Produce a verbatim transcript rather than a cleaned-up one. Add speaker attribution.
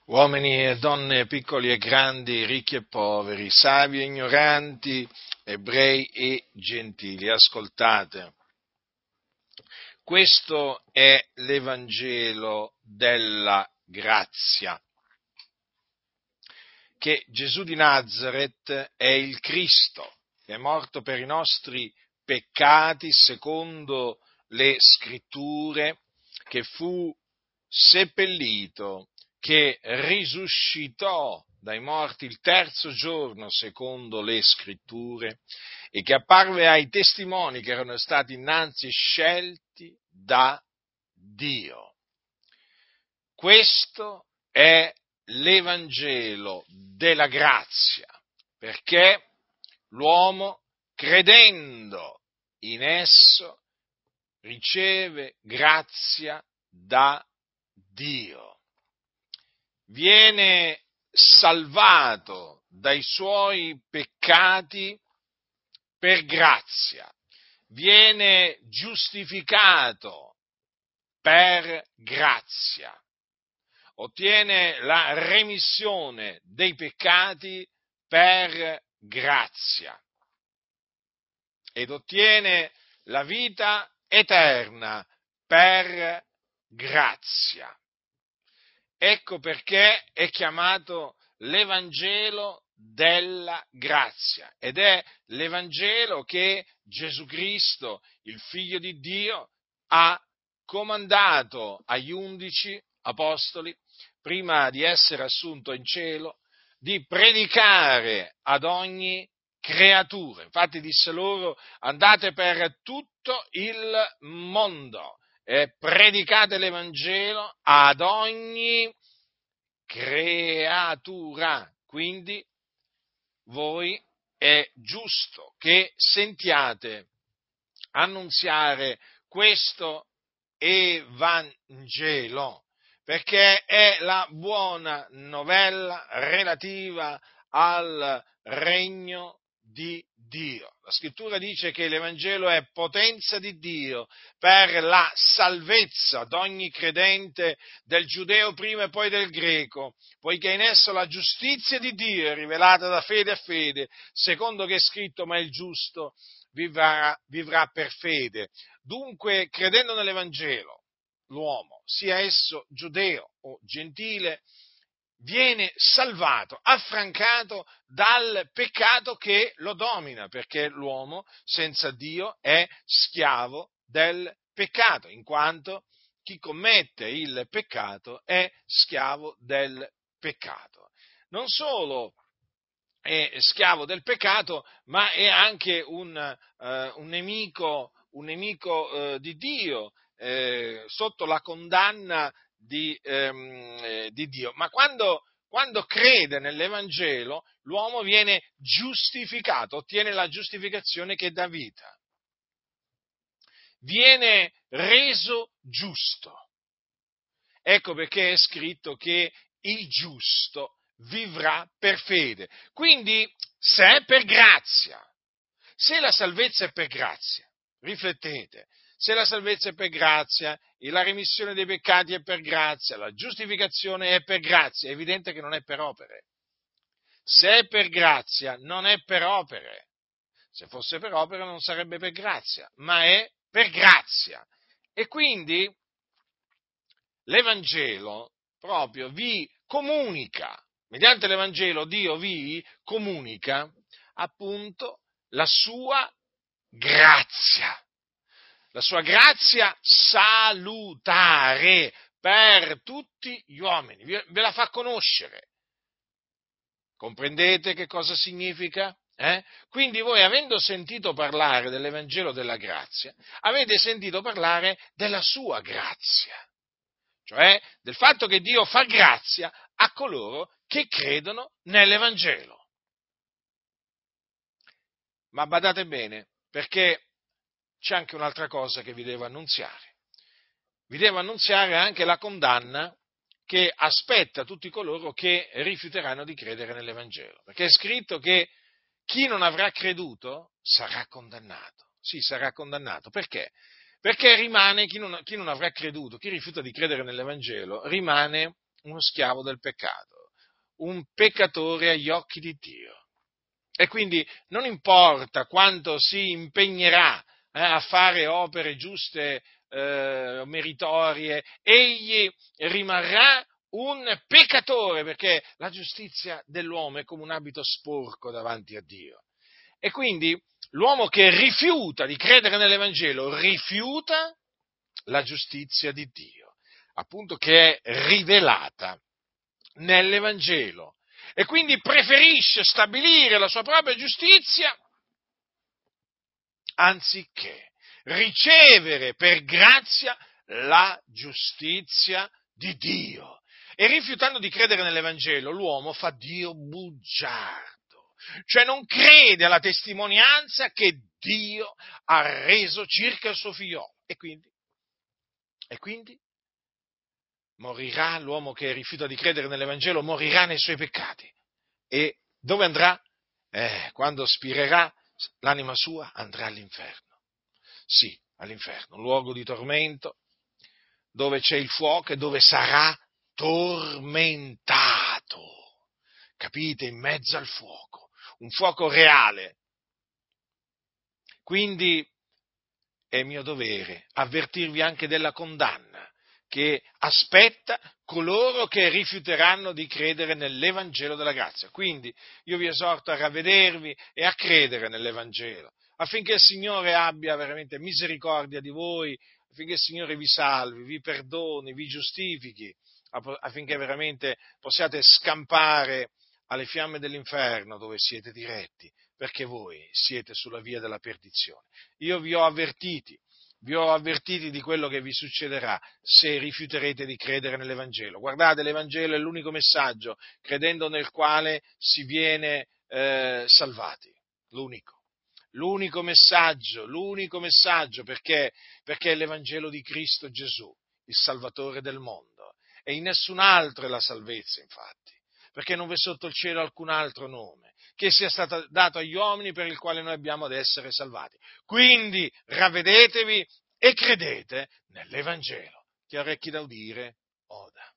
Speaker 1: Uomini e donne, piccoli e grandi, ricchi e poveri, savi e ignoranti, ebrei e gentili, ascoltate. Questo è l'Evangelo della grazia, che Gesù di Nazaret è il Cristo, che è morto per i nostri peccati secondo le Scritture, che fu seppellito, che risuscitò dai morti il terzo giorno secondo le Scritture e che apparve ai testimoni che erano stati innanzi scelti da Dio. Questo è l'Evangelo della grazia, perché l'uomo, credendo in esso, riceve grazia da Dio. Viene salvato dai suoi peccati per grazia, viene giustificato per grazia, ottiene la remissione dei peccati per grazia ed ottiene la vita eterna per grazia. Ecco perché è chiamato l'Evangelo della grazia ed è l'Evangelo che Gesù Cristo, il Figlio di Dio, ha comandato agli undici apostoli, prima di essere assunto in cielo, di predicare ad ogni creatura. Infatti disse loro: andate per tutto il mondo e predicate l'Evangelo ad ogni creatura. Quindi voi è giusto che sentiate annunziare questo Evangelo, perché è la buona novella relativa al regno di Dio. La Scrittura dice che l'Evangelo è potenza di Dio per la salvezza d'ogni credente, del giudeo prima e poi del greco, poiché in esso la giustizia di Dio è rivelata da fede a fede, secondo che è scritto: ma il giusto vivrà, vivrà per fede. Dunque, credendo nell'Evangelo, l'uomo, sia esso giudeo o gentile, viene salvato, affrancato dal peccato che lo domina, perché l'uomo senza Dio è schiavo del peccato, in quanto chi commette il peccato è schiavo del peccato. Non solo è schiavo del peccato, ma è anche un, eh, un nemico, un nemico eh, di Dio, eh, sotto la condanna di, ehm, eh, di Dio. Ma quando, quando crede nell'Evangelo, l'uomo viene giustificato, ottiene la giustificazione che dà vita, viene reso giusto. Ecco perché è scritto che il giusto vivrà per fede. Quindi, se è per grazia, se la salvezza è per grazia, riflettete, se la salvezza è per grazia, e la remissione dei peccati è per grazia, la giustificazione è per grazia, è evidente che non è per opere. Se è per grazia, non è per opere. Se fosse per opere non sarebbe per grazia, ma è per grazia. E quindi l'Evangelo proprio vi comunica, mediante l'Evangelo Dio vi comunica appunto la sua grazia, la sua grazia salutare per tutti gli uomini, ve la fa conoscere. Comprendete che cosa significa? Eh? Quindi voi, avendo sentito parlare dell'Evangelo della grazia, avete sentito parlare della sua grazia, cioè del fatto che Dio fa grazia a coloro che credono nell'Evangelo. Ma badate bene, perché c'è anche un'altra cosa che vi devo annunziare. Vi devo annunziare anche la condanna che aspetta tutti coloro che rifiuteranno di credere nell'Evangelo. Perché è scritto che chi non avrà creduto sarà condannato. Sì, sarà condannato. Perché? Perché rimane, chi non, chi non avrà creduto, chi rifiuta di credere nell'Evangelo, rimane, uno schiavo del peccato, un peccatore agli occhi di Dio. E quindi non importa quanto si impegnerà eh, a fare opere giuste, eh, meritorie, egli rimarrà un peccatore, perché la giustizia dell'uomo è come un abito sporco davanti a Dio. E quindi l'uomo che rifiuta di credere nell'Evangelo rifiuta la giustizia di Dio, appunto, che è rivelata nell'Evangelo, e quindi preferisce stabilire la sua propria giustizia anziché ricevere per grazia la giustizia di Dio. E rifiutando di credere nell'Evangelo, l'uomo fa Dio bugiardo, cioè non crede alla testimonianza che Dio ha reso circa il suo figliolo. E quindi, e quindi morirà, l'uomo che rifiuta di credere nell'Evangelo morirà nei suoi peccati. E dove andrà? Eh, quando spirerà, l'anima sua andrà all'inferno. Sì, all'inferno, un luogo di tormento, dove c'è il fuoco e dove sarà tormentato. Capite? In mezzo al fuoco, un fuoco reale. Quindi è mio dovere avvertirvi anche della condanna che aspetta coloro che rifiuteranno di credere nell'Evangelo della grazia. Quindi io vi esorto a ravvedervi e a credere nell'Evangelo, affinché il Signore abbia veramente misericordia di voi, affinché il Signore vi salvi, vi perdoni, vi giustifichi, affinché veramente possiate scampare alle fiamme dell'inferno dove siete diretti, perché voi siete sulla via della perdizione. Io vi ho avvertiti, vi ho avvertiti di quello che vi succederà se rifiuterete di credere nell'Evangelo. Guardate, l'Evangelo è l'unico messaggio, credendo nel quale si viene eh, salvati, l'unico. L'unico messaggio, l'unico messaggio, perché, perché è l'Evangelo di Cristo Gesù, il Salvatore del mondo, e in nessun altro è la salvezza, infatti, perché non v'è sotto il cielo alcun altro nome che sia stato dato agli uomini per il quale noi abbiamo ad essere salvati. Quindi ravvedetevi e credete nell'Evangelo. Chi ha orecchi da udire, oda.